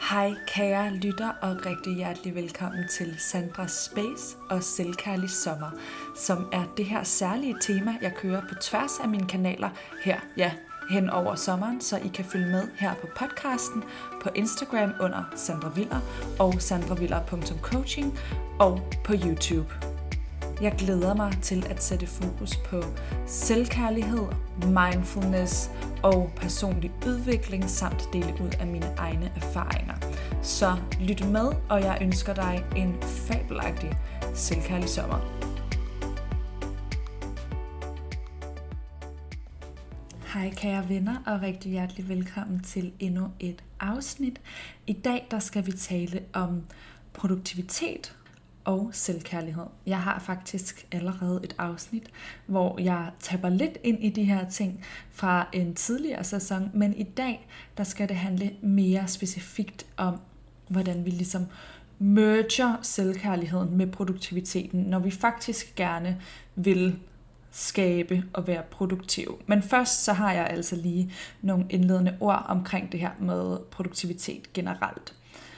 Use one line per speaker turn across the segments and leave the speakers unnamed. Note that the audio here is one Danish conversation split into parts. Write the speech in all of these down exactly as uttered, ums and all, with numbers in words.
Hej kære lytter og rigtig hjertelig velkommen til Sandras Space og Selvkærlig Sommer, som er det her særlige tema, jeg kører på tværs af mine kanaler her, ja, hen over sommeren, så I kan følge med her på podcasten, på Instagram under Sandra Viller og sandraviller punktum coaching og på YouTube. Jeg glæder mig til at sætte fokus på selvkærlighed, mindfulness og personlig udvikling samt dele ud af mine egne erfaringer. Så lyt med, og jeg ønsker dig en fabelagtig selvkærlig sommer. Hej kære venner og rigtig hjertelig velkommen til endnu et afsnit. I dag der skal vi tale om produktivitet og selvkærlighed. Jeg har faktisk allerede et afsnit, hvor jeg tapper lidt ind i de her ting fra en tidligere sæson, men i dag, der skal det handle mere specifikt om, hvordan vi ligesom merger selvkærligheden med produktiviteten, når vi faktisk gerne vil skabe og være produktiv. Men først så har jeg altså lige nogle indledende ord omkring det her med produktivitet generelt.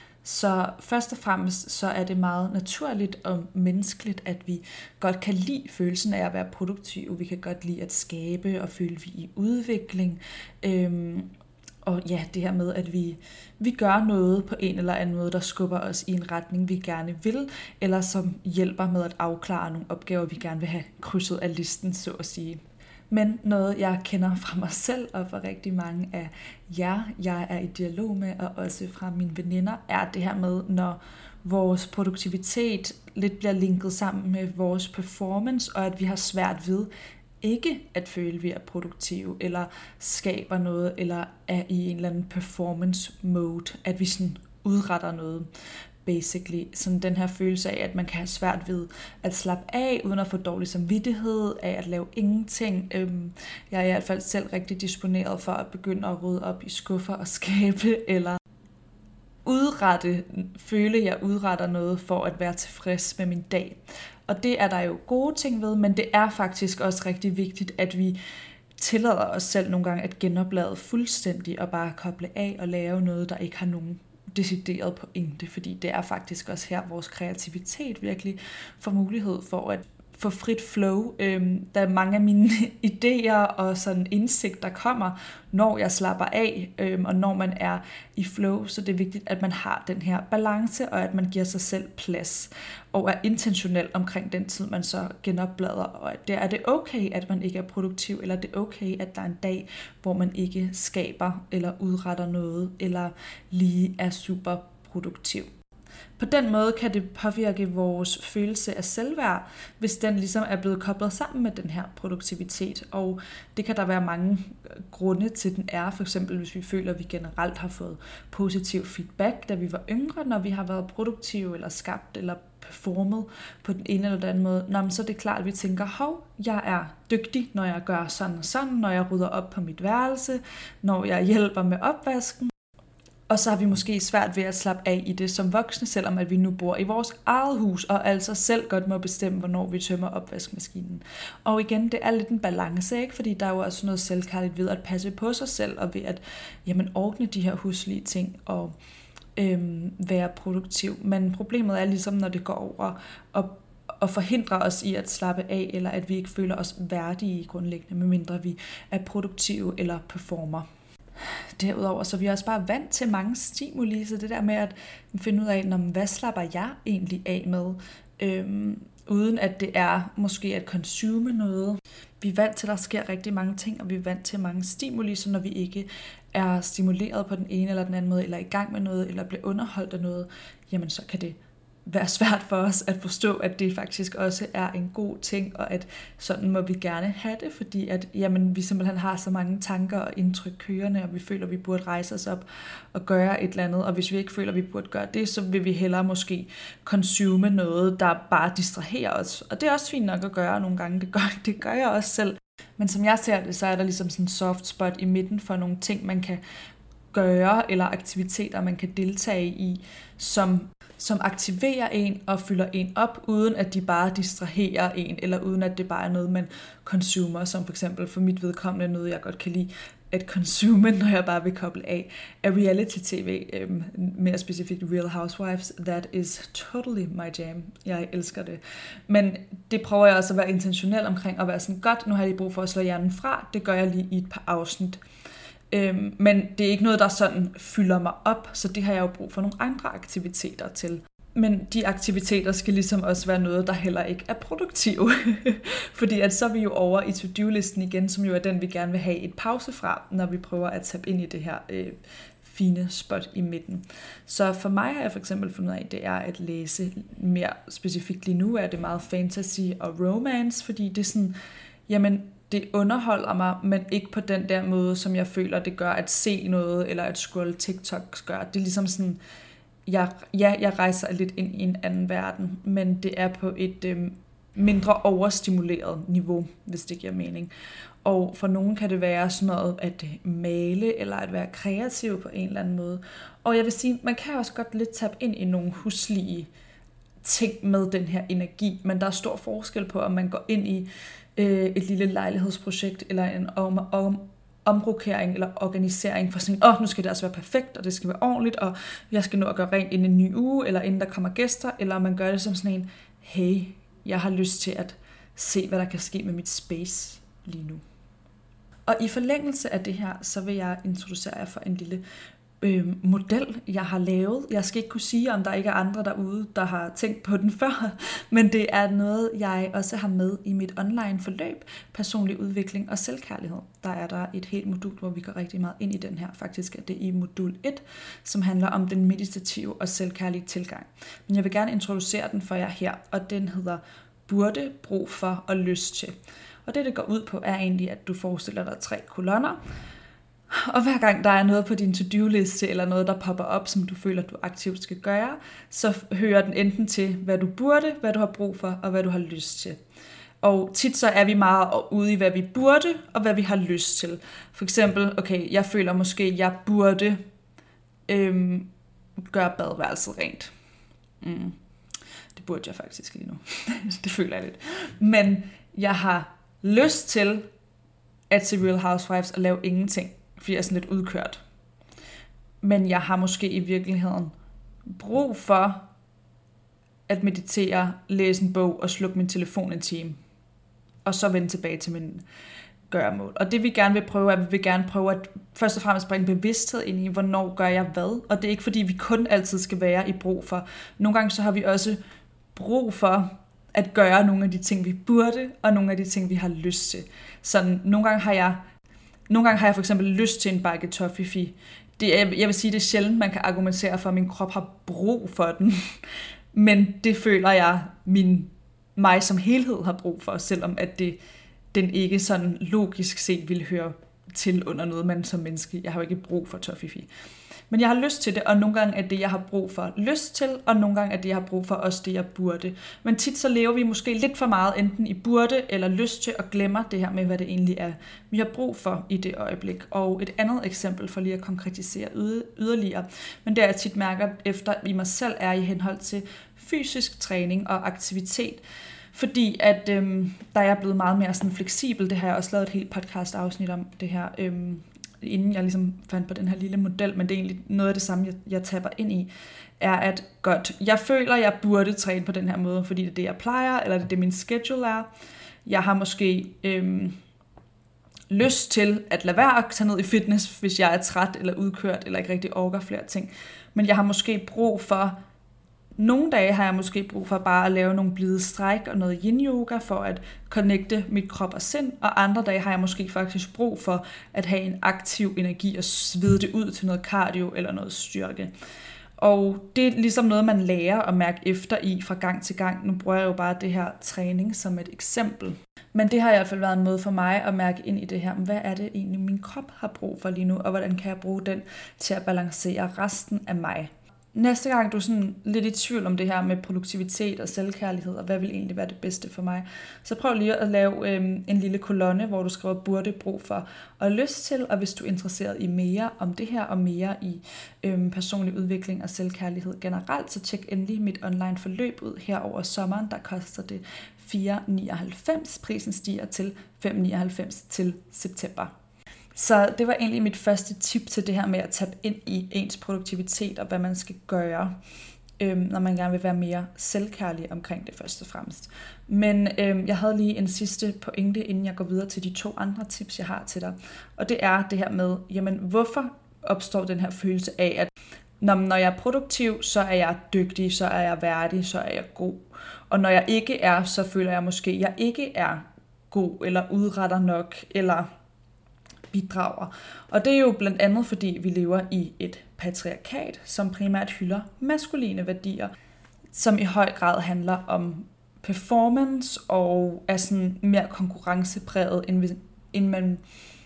Så først og fremmest så er det meget naturligt og menneskeligt, at vi godt kan lide følelsen af at være produktive. Vi kan godt lide at skabe og føle, vi er i udvikling. Øhm, og ja, det her med, at vi, vi gør noget på en eller anden måde, der skubber os i en retning, vi gerne vil, eller som hjælper med at afklare nogle opgaver, vi gerne vil have krydset af listen, så at sige. Men noget, jeg kender fra mig selv og fra rigtig mange af jer, jeg er i dialog med, og også fra mine veninder, er det her med, når vores produktivitet lidt bliver linket sammen med vores performance, og at vi har svært ved ikke at føle, at vi er produktive, eller skaber noget, eller er i en eller anden performance mode, at vi sådan udretter noget. Basically, sådan den her følelse af, at man kan have svært ved at slappe af, uden at få dårlig samvittighed, af at lave ingenting. Jeg er i hvert fald selv rigtig disponeret for at begynde at rydde op i skuffer og skabe, eller udrette, føle, at jeg udretter noget for at være tilfreds med min dag. Og det er der jo gode ting ved, men det er faktisk også rigtig vigtigt, at vi tillader os selv nogle gange at genoplade fuldstændig og bare koble af og lave noget, der ikke har nogen decideret pointe, fordi det er faktisk også her, vores kreativitet virkelig får mulighed for at få frit flow. Øhm, der er mange af mine idéer og sådan indsigt, der kommer, når jeg slapper af, øhm, og når man er i flow, så det er vigtigt, at man har den her balance, og at man giver sig selv plads, og er intentionel omkring den tid, man så genoplader, og at det er det okay, at man ikke er produktiv, eller det er okay, at der er en dag, hvor man ikke skaber, eller udretter noget, eller lige er super produktiv. På den måde kan det påvirke vores følelse af selvværd, hvis den ligesom er blevet koblet sammen med den her produktivitet. Og det kan der være mange grunde til, den er. For eksempel hvis vi føler, at vi generelt har fået positiv feedback, da vi var yngre, når vi har været produktive eller skabt eller performet på den ene eller den anden måde. Nå, men så er det klart, at vi tænker, hov, jeg er dygtig, når jeg gør sådan og sådan, når jeg rydder op på mit værelse, når jeg hjælper med opvasken. Og så har vi måske svært ved at slappe af i det som voksne, selvom at vi nu bor i vores eget hus, og altså selv godt må bestemme, hvornår vi tømmer opvaskemaskinen. Og igen, det er lidt en balance, ikke? Fordi der er jo også noget selvkærligt ved at passe på sig selv, og ved at jamen, ordne de her huslige ting, og øhm, være produktiv. Men problemet er ligesom, når det går over og og forhindrer os i at slappe af, eller at vi ikke føler os værdige grundlæggende, medmindre vi er produktive eller performer. Derudover så er vi også bare vant til mange stimuli, så det der med at finde ud af, hvad slapper jeg egentlig af med, øhm, uden at det er måske at consume noget. Vi er vant til, at der sker rigtig mange ting, og vi er vant til mange stimuli, så når vi ikke er stimuleret på den ene eller den anden måde, eller i gang med noget, eller bliver underholdt af noget, jamen så kan det være svært for os at forstå, at det faktisk også er en god ting, og at sådan må vi gerne have det, fordi at, jamen, vi simpelthen har så mange tanker og indtryk kørende, og vi føler, at vi burde rejse os op og gøre et eller andet, og hvis vi ikke føler, at vi burde gøre det, så vil vi hellere måske consume noget, der bare distraherer os. Og det er også fint nok at gøre nogle gange, det gør, det gør jeg også selv. Men som jeg ser det, så er der ligesom sådan en soft spot i midten for nogle ting, man kan gøre, eller aktiviteter, man kan deltage i, som som aktiverer en og fylder en op, uden at de bare distraherer en, eller uden at det bare er noget, man consumer, som for eksempel for mit vedkommende noget, jeg godt kan lide, at consume, når jeg bare vil koble af, af reality-tv, øhm, mere specifikt Real Housewives. That is totally my jam. Jeg elsker det. Men det prøver jeg også at være intentionel omkring, at være sådan, godt, nu har jeg lige brug for at slå hjernen fra, det gør jeg lige i et par afsnit. Øhm, men det er ikke noget, der sådan fylder mig op, så det har jeg jo brug for nogle andre aktiviteter til. Men de aktiviteter skal ligesom også være noget, der heller ikke er produktive. Fordi at så er vi jo over i to-do-listen igen, som jo er den, vi gerne vil have et pause fra, når vi prøver at tabe ind i det her øh, fine spot i midten. Så for mig har jeg for eksempel fundet ud af, det er at læse mere specifikt lige nu, er det meget fantasy og romance, fordi det er sådan, jamen, det underholder mig, men ikke på den der måde, som jeg føler, det gør at se noget, eller at scrolle TikTok gør. Det er ligesom sådan, jeg, ja, jeg rejser lidt ind i en anden verden, men det er på et øh, mindre overstimuleret niveau, hvis det giver mening. Og for nogen kan det være sådan noget at male, eller at være kreativ på en eller anden måde. Og jeg vil sige, man kan også godt lidt tabe ind i nogle huslige ting med den her energi, men der er stor forskel på, om man går ind i øh, et lille lejlighedsprojekt, eller en om, om, omrokering, eller organisering, for sådan, åh, oh, nu skal det altså være perfekt, og det skal være ordentligt, og jeg skal nå at gøre rent inden en ny uge, eller inden der kommer gæster, eller om man gør det som sådan en, hey, jeg har lyst til at se, hvad der kan ske med mit space lige nu. Og i forlængelse af det her, så vil jeg introducere jer for en lille øh, model, jeg har lavet. Jeg skal ikke kunne sige, om der ikke er andre derude, der har tænkt på den før, men det er noget, jeg også har med i mit online forløb, personlig udvikling og selvkærlighed. Der er der et helt modul, hvor vi går rigtig meget ind i den her. Faktisk er det i modul et, som handler om den meditative og selvkærlige tilgang. Men jeg vil gerne introducere den for jer her, og den hedder burde, brug for og lyst til. Og det, det går ud på, er egentlig, at du forestiller dig tre kolonner. Og hver gang der er noget på din to-do-liste, eller noget, der popper op, som du føler, du aktivt skal gøre, så hører den enten til, hvad du burde, hvad du har brug for, og hvad du har lyst til. Og tit så er vi meget ude i, hvad vi burde, og hvad vi har lyst til. For eksempel, okay, jeg føler måske, jeg burde øhm, gøre badeværelset rent. Mm. Det burde jeg faktisk lige nu. Det føler jeg lidt. Men jeg har lyst til at se Real Housewives og lave ingenting, fordi jeg er sådan lidt udkørt. Men jeg har måske i virkeligheden brug for at meditere, læse en bog og slukke min telefon en time. Og så vende tilbage til min gøremål. Og det vi gerne vil prøve, er, at vi vil gerne prøve at først og fremmest bringe bevidsthed ind i, hvornår gør jeg hvad. Og det er ikke fordi, vi kun altid skal være i brug for. Nogle gange så har vi også brug for at gøre nogle af de ting, vi burde, og nogle af de ting, vi har lyst til. Så nogle gange har jeg, nogle gange har jeg for eksempel lyst til en bakke toffifee. Det er, jeg vil sige, det er sjældent, man kan argumentere for, at min krop har brug for den. Men det føler jeg, min mig som helhed har brug for, selvom at det, den ikke sådan logisk set vil høre til under noget, man som menneske. Jeg har jo ikke brug for toffifee. Men jeg har lyst til det, og nogle gange er det, jeg har brug for lyst til, og nogle gange er det, jeg har brug for også det, jeg burde. Men tit så lever vi måske lidt for meget enten i burde eller lyst til, og glemmer det her med, hvad det egentlig er, vi har brug for i det øjeblik. Og et andet eksempel for lige at konkretisere yderligere, men det er, jeg tit mærker efter i mig selv, er i henhold til fysisk træning og aktivitet. Fordi at øhm, der er jeg blevet meget mere sådan fleksibel, det har jeg også lavet et helt podcast afsnit om det her, øhm, inden jeg ligesom fandt på den her lille model, men det er egentlig noget af det samme, jeg, jeg tapper ind i, er at godt, jeg føler, jeg burde træne på den her måde, fordi det er det, jeg plejer, eller det er det, min schedule er. Jeg har måske øhm, lyst til at lade være at tage ned i fitness, hvis jeg er træt eller udkørt, eller ikke rigtig orker flere ting. Men jeg har måske brug for, nogle dage har jeg måske brug for bare at lave nogle blide stræk og noget yin-yoga for at connecte mit krop og sind, og andre dage har jeg måske faktisk brug for at have en aktiv energi og svede det ud til noget cardio eller noget styrke. Og det er ligesom noget, man lærer at mærke efter i fra gang til gang. Nu bruger jeg jo bare det her træning som et eksempel. Men det har i hvert fald været en måde for mig at mærke ind i det her. Hvad er det egentlig, min krop har brug for lige nu, og hvordan kan jeg bruge den til at balancere resten af mig? Næste gang du er sådan lidt i tvivl om det her med produktivitet og selvkærlighed, og hvad vil egentlig være det bedste for mig, så prøv lige at lave øhm, en lille kolonne, hvor du skriver burde, brug for og lyst til, og hvis du er interesseret i mere om det her, og mere i øhm, personlig udvikling og selvkærlighed generelt, så tjek endelig mit online forløb ud her over sommeren. Der koster det fire nioghalvfems, prisen stiger til fem nioghalvfems til september. Så det var egentlig mit første tip til det her med at tabe ind i ens produktivitet og hvad man skal gøre, øhm, når man gerne vil være mere selvkærlig omkring det først og fremmest. Men øhm, jeg havde lige en sidste pointe, inden jeg går videre til de to andre tips, jeg har til dig. Og det er det her med, jamen hvorfor opstår den her følelse af, at når jeg er produktiv, så er jeg dygtig, så er jeg værdig, så er jeg god. Og når jeg ikke er, så føler jeg måske, at jeg ikke er god, eller udretter nok, eller bidrager. Og det er jo blandt andet, fordi vi lever i et patriarkat, som primært hylder maskuline værdier, som i høj grad handler om performance og er sådan mere konkurrencepræget, end, end, man,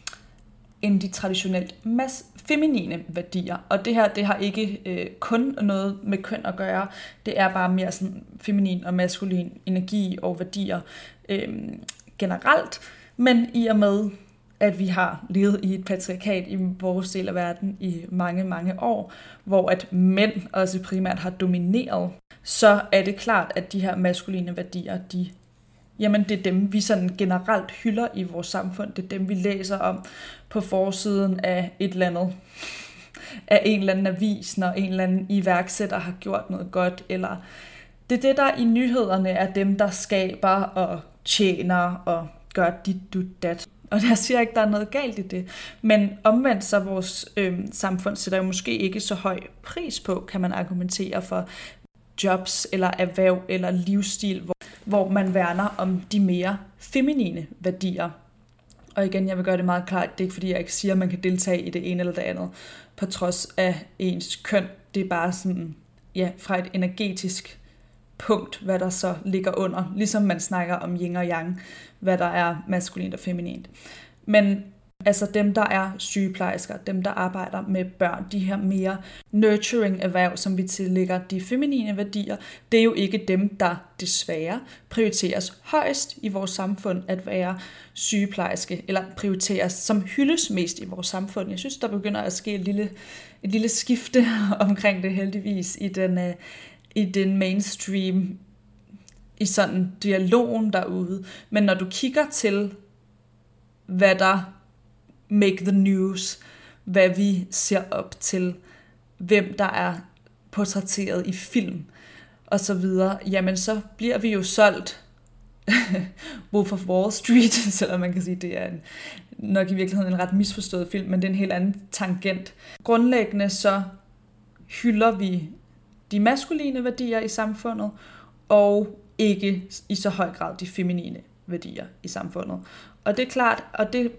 end de traditionelt mas- feminine værdier. Og det her, det har ikke øh, kun noget med køn at gøre, det er bare mere sådan feminin og maskulin energi og værdier øh, generelt, men i og med at vi har levet i et patriarkat i vores del af verden i mange, mange år, hvor at mænd også primært har domineret, så er det klart, at de her maskuline værdier, de, jamen det er dem, vi sådan generelt hylder i vores samfund. Det er dem, vi læser om på forsiden af et eller andet, af en eller anden avis, når en eller anden iværksætter har gjort noget godt, eller det er det, der i nyhederne er dem, der skaber og tjener og gør dit, du, dat. Og der siger jeg ikke, der er noget galt i det. Men omvendt så vores øh, samfund sætter jo måske ikke så høj pris på, kan man argumentere for, jobs eller erhverv eller livsstil, hvor, hvor man værner om de mere feminine værdier. Og igen, jeg vil gøre det meget klart, det er ikke fordi, jeg ikke siger, at man kan deltage i det ene eller det andet, på trods af ens køn. Det er bare sådan, ja, fra et energetisk punkt, hvad der så ligger under. Ligesom man snakker om yin og yang, hvad der er maskulint og feminint. Men altså dem, der er sygeplejersker, dem, der arbejder med børn, de her mere nurturing erhverv, som vi tillægger de feminine værdier, det er jo ikke dem, der desværre prioriteres højst i vores samfund at være sygeplejerske, eller prioriteres som hyldes mest i vores samfund. Jeg synes, der begynder at ske et lille, et lille skifte omkring det heldigvis i den, i den mainstream, i sådan dialogen derude. Men når du kigger til, hvad der make the news, hvad vi ser op til, hvem der er portrætteret i film, og så videre, jamen så bliver vi jo solgt Wolf of Wall Street, selvom man kan sige, det er en, nok i virkeligheden en ret misforstået film, men det er en helt anden tangent. Grundlæggende så hylder vi de maskuline værdier i samfundet, og ikke i så høj grad de feminine værdier i samfundet. Og det er klart, og det,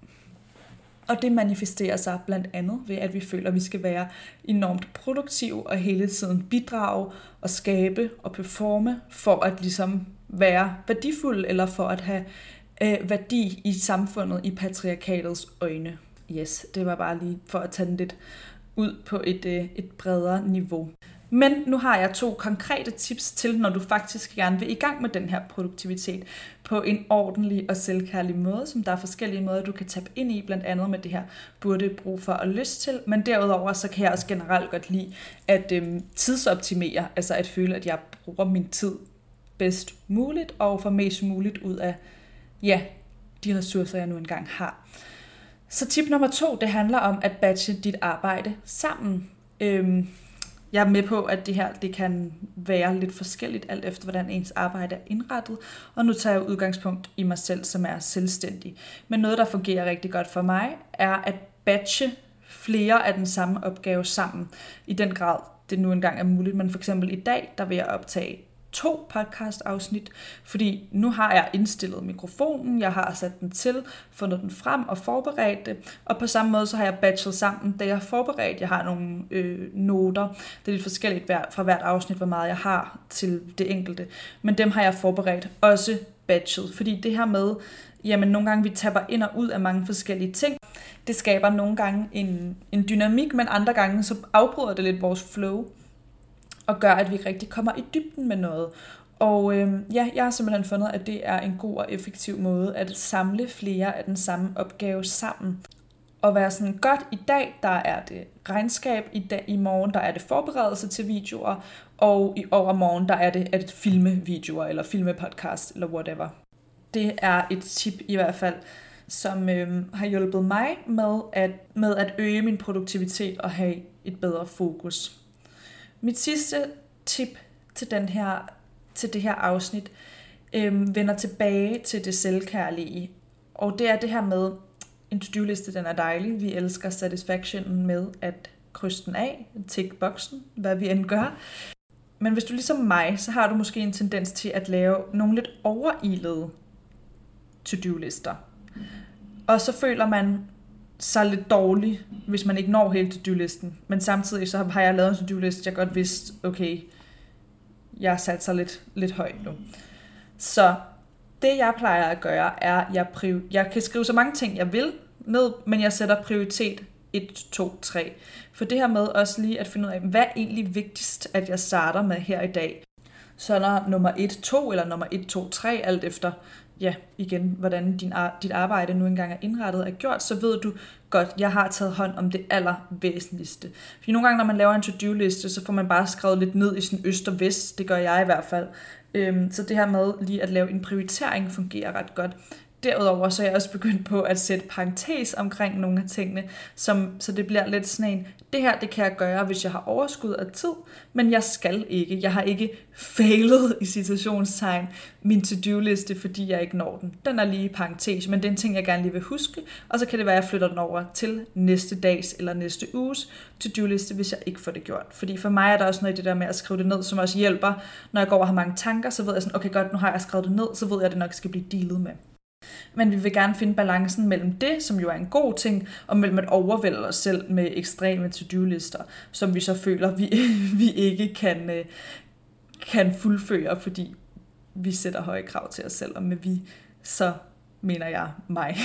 og det manifesterer sig blandt andet ved, at vi føler, at vi skal være enormt produktive og hele tiden bidrage og skabe og performe for at ligesom være værdifulde eller for at have øh, værdi i samfundet i patriarkatets øjne. Yes, det var bare lige for at tage den lidt ud på et, øh, et bredere niveau. Men nu har jeg to konkrete tips til, når du faktisk gerne vil i gang med den her produktivitet på en ordentlig og selvkærlig måde, som der er forskellige måder, du kan tabe ind i, blandt andet med det her burde brug for og lyst til. Men derudover så kan jeg også generelt godt lide at øhm, tidsoptimere, altså at føle, at jeg bruger min tid bedst muligt og får mest muligt ud af ja, de ressourcer, jeg nu engang har. Så tip nummer to, det handler om at batche dit arbejde sammen. Øhm, Jeg er med på, at det her det kan være lidt forskelligt, alt efter hvordan ens arbejde er indrettet, og nu tager jeg udgangspunkt i mig selv, som er selvstændig. Men noget, der fungerer rigtig godt for mig, er at batche flere af den samme opgave sammen, i den grad det nu engang er muligt. Men for eksempel i dag, der vil jeg optage to podcast-afsnit, fordi nu har jeg indstillet mikrofonen, jeg har sat den til, fundet den frem og forberedt det, og på samme måde så har jeg batchet sammen, da jeg har forberedt, jeg har nogle øh, noter, det er lidt forskelligt fra hvert afsnit, hvor meget jeg har til det enkelte, men dem har jeg forberedt også batchet, fordi det her med, jamen nogle gange vi tapper ind og ud af mange forskellige ting, det skaber nogle gange en, en dynamik, men andre gange så afbryder det lidt vores flow, og gør, at vi ikke rigtig kommer i dybden med noget. Og øh, ja, jeg har simpelthen fundet, at det er en god og effektiv måde at samle flere af den samme opgave sammen. Og være sådan, godt, i dag der er det regnskab, i, dag, i morgen der er det forberedelse til videoer, og i overmorgen der er det at filme videoer, eller filme podcast, eller whatever. Det er et tip i hvert fald, som øh, har hjulpet mig med at, med at øge min produktivitet og have et bedre fokus. Mit sidste tip til, den her, til det her afsnit øh, vender tilbage til det selvkærlige. Og det er det her med, en to-do-liste, den er dejlig. Vi elsker satisfactionen med at krydse den af, tick boksen, hvad vi end gør. Men hvis du ligesom mig, så har du måske en tendens til at lave nogle lidt overilede to-do-lister. Og så føler man sig lidt dårlig, hvis man ikke når hele to-do-listen. Men samtidig så har jeg lavet en to-do-liste, jeg godt vidste, okay, jeg har sat sig lidt, lidt højt nu. Så det jeg plejer at gøre, er, at jeg, prior- jeg kan skrive så mange ting, jeg vil ned, men jeg sætter prioritet et, to, tre. For det her med også lige at finde ud af, hvad er egentlig vigtigst, at jeg starter med her i dag. Så når nummer et, to eller nummer et, to, tre, alt efter, ja, igen, hvordan din ar- dit arbejde nu engang er indrettet er gjort, så ved du godt, jeg har taget hånd om det allervæsentligste. Fordi nogle gange, når man laver en to-do-liste, så får man bare skrevet lidt ned i sådan øst og vest. Det gør jeg i hvert fald. Øhm, så det her med lige at lave en prioritering fungerer ret godt. Derudover så er jeg også begyndt på at sætte parentes omkring nogle af tingene, som, så det bliver lidt sådan en, det her det kan jeg gøre, hvis jeg har overskud af tid, men jeg skal ikke. Jeg har ikke failet i citationstegn min to-do-liste, fordi jeg ikke når den. Den er lige i parentes, men det er en ting, jeg gerne lige vil huske, og så kan det være, at jeg flytter den over til næste dags eller næste uges to-do-liste, hvis jeg ikke får det gjort. Fordi for mig er der også noget i det der med at skrive det ned, som også hjælper, når jeg går og har mange tanker, så ved jeg sådan, okay godt, nu har jeg skrevet det ned, så ved jeg, at det nok skal blive dealet med. Men vi vil gerne finde balancen mellem det, som jo er en god ting, og mellem at overvælde os selv med ekstreme to-do-lister, som vi så føler, vi, vi ikke kan, kan fuldføre, fordi vi sætter høje krav til os selv, og med vi, så mener jeg mig.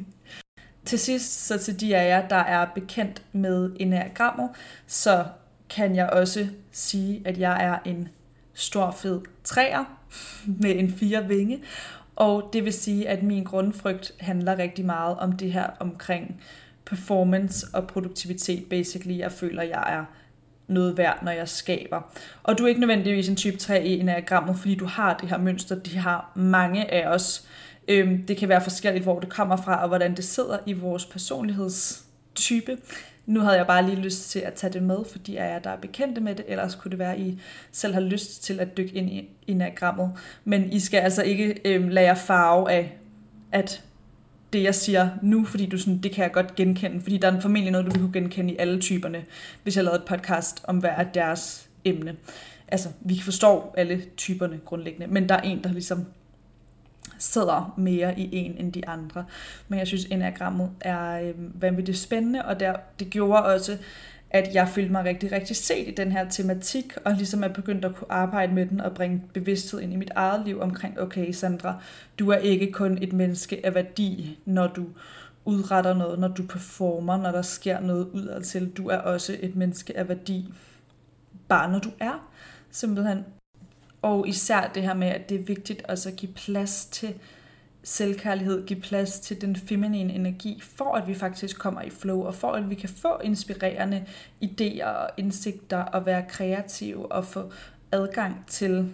Til sidst, så til de af jer, der er bekendt med enneagrammet, så kan jeg også sige, at jeg er en stor fed træer med en fire vinge, og det vil sige, at min grundfrygt handler rigtig meget om det her omkring performance og produktivitet. Basically, jeg føler, at jeg er noget værd, når jeg skaber. Og du er ikke nødvendigvis en type tre i enneagrammet, fordi du har det her mønster. De har mange af os. Det kan være forskelligt, hvor det kommer fra, og hvordan det sidder i vores personlighedstype. Nu havde jeg bare lige lyst til at tage det med, fordi jeg er der er bekendte med det, ellers kunne det være, at I selv har lyst til at dykke ind i enneagrammet. Men I skal altså ikke øh, lade jer farve af, at det jeg siger nu, fordi du sådan, det kan jeg godt genkende, fordi der er formentlig noget, du vil kunne genkende i alle typerne, hvis jeg lavede et podcast om hver af deres emne. Altså, vi forstår alle typerne grundlæggende, men der er en, der ligesom sidder mere i en end de andre. Men jeg synes, enneagrammet er øh, vanvittigt spændende, og der, det gjorde også, at jeg følte mig rigtig, rigtig set i den her tematik, og ligesom er begyndt at kunne arbejde med den og bringe bevidsthed ind i mit eget liv omkring, okay Sandra, du er ikke kun et menneske af værdi, når du udretter noget, når du performer, når der sker noget udadtil. Du er også et menneske af værdi, bare når du er, simpelthen. Og især det her med, at det er vigtigt også at give plads til selvkærlighed, give plads til den feminine energi, for at vi faktisk kommer i flow, og for at vi kan få inspirerende idéer og indsigter, og være kreative, og få adgang til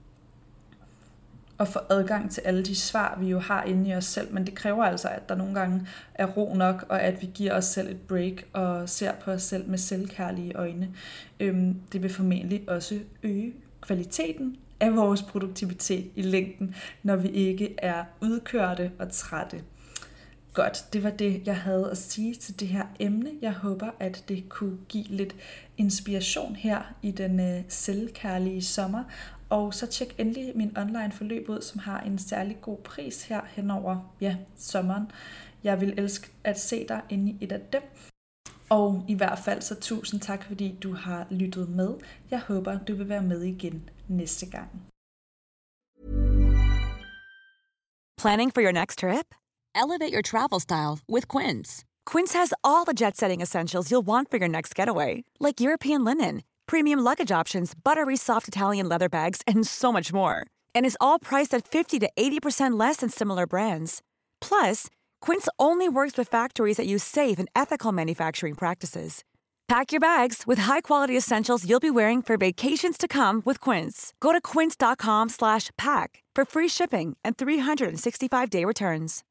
og få adgang til alle de svar, vi jo har inde i os selv. Men det kræver altså, at der nogle gange er ro nok, og at vi giver os selv et break, og ser på os selv med selvkærlige øjne. Det vil formentlig også øge kvaliteten af vores produktivitet i længden, når vi ikke er udkørte og trætte. Godt, det var det, jeg havde at sige til det her emne. Jeg håber, at det kunne give lidt inspiration her i den øh, selvkærlige sommer. Og så tjek endelig min online forløb ud, som har en særlig god pris her henover ja, sommeren. Jeg vil elske at se dig inde i et af dem. Og i hvert fald så tusind tak, fordi du har lyttet med. Jeg håber, du vil være med igen næste gang.
Planning for your next trip? Elevate your travel style with Quince. Quince has all the jet-setting essentials you'll want for your next getaway, like European linen, premium luggage options, buttery soft Italian leather bags, and so much more. And is all priced at fifty to eighty percent less than similar brands. Plus, Quince only works with factories that use safe and ethical manufacturing practices. Pack your bags with high-quality essentials you'll be wearing for vacations to come with Quince. Go to quince dot com slash pack for free shipping and three sixty-five day returns.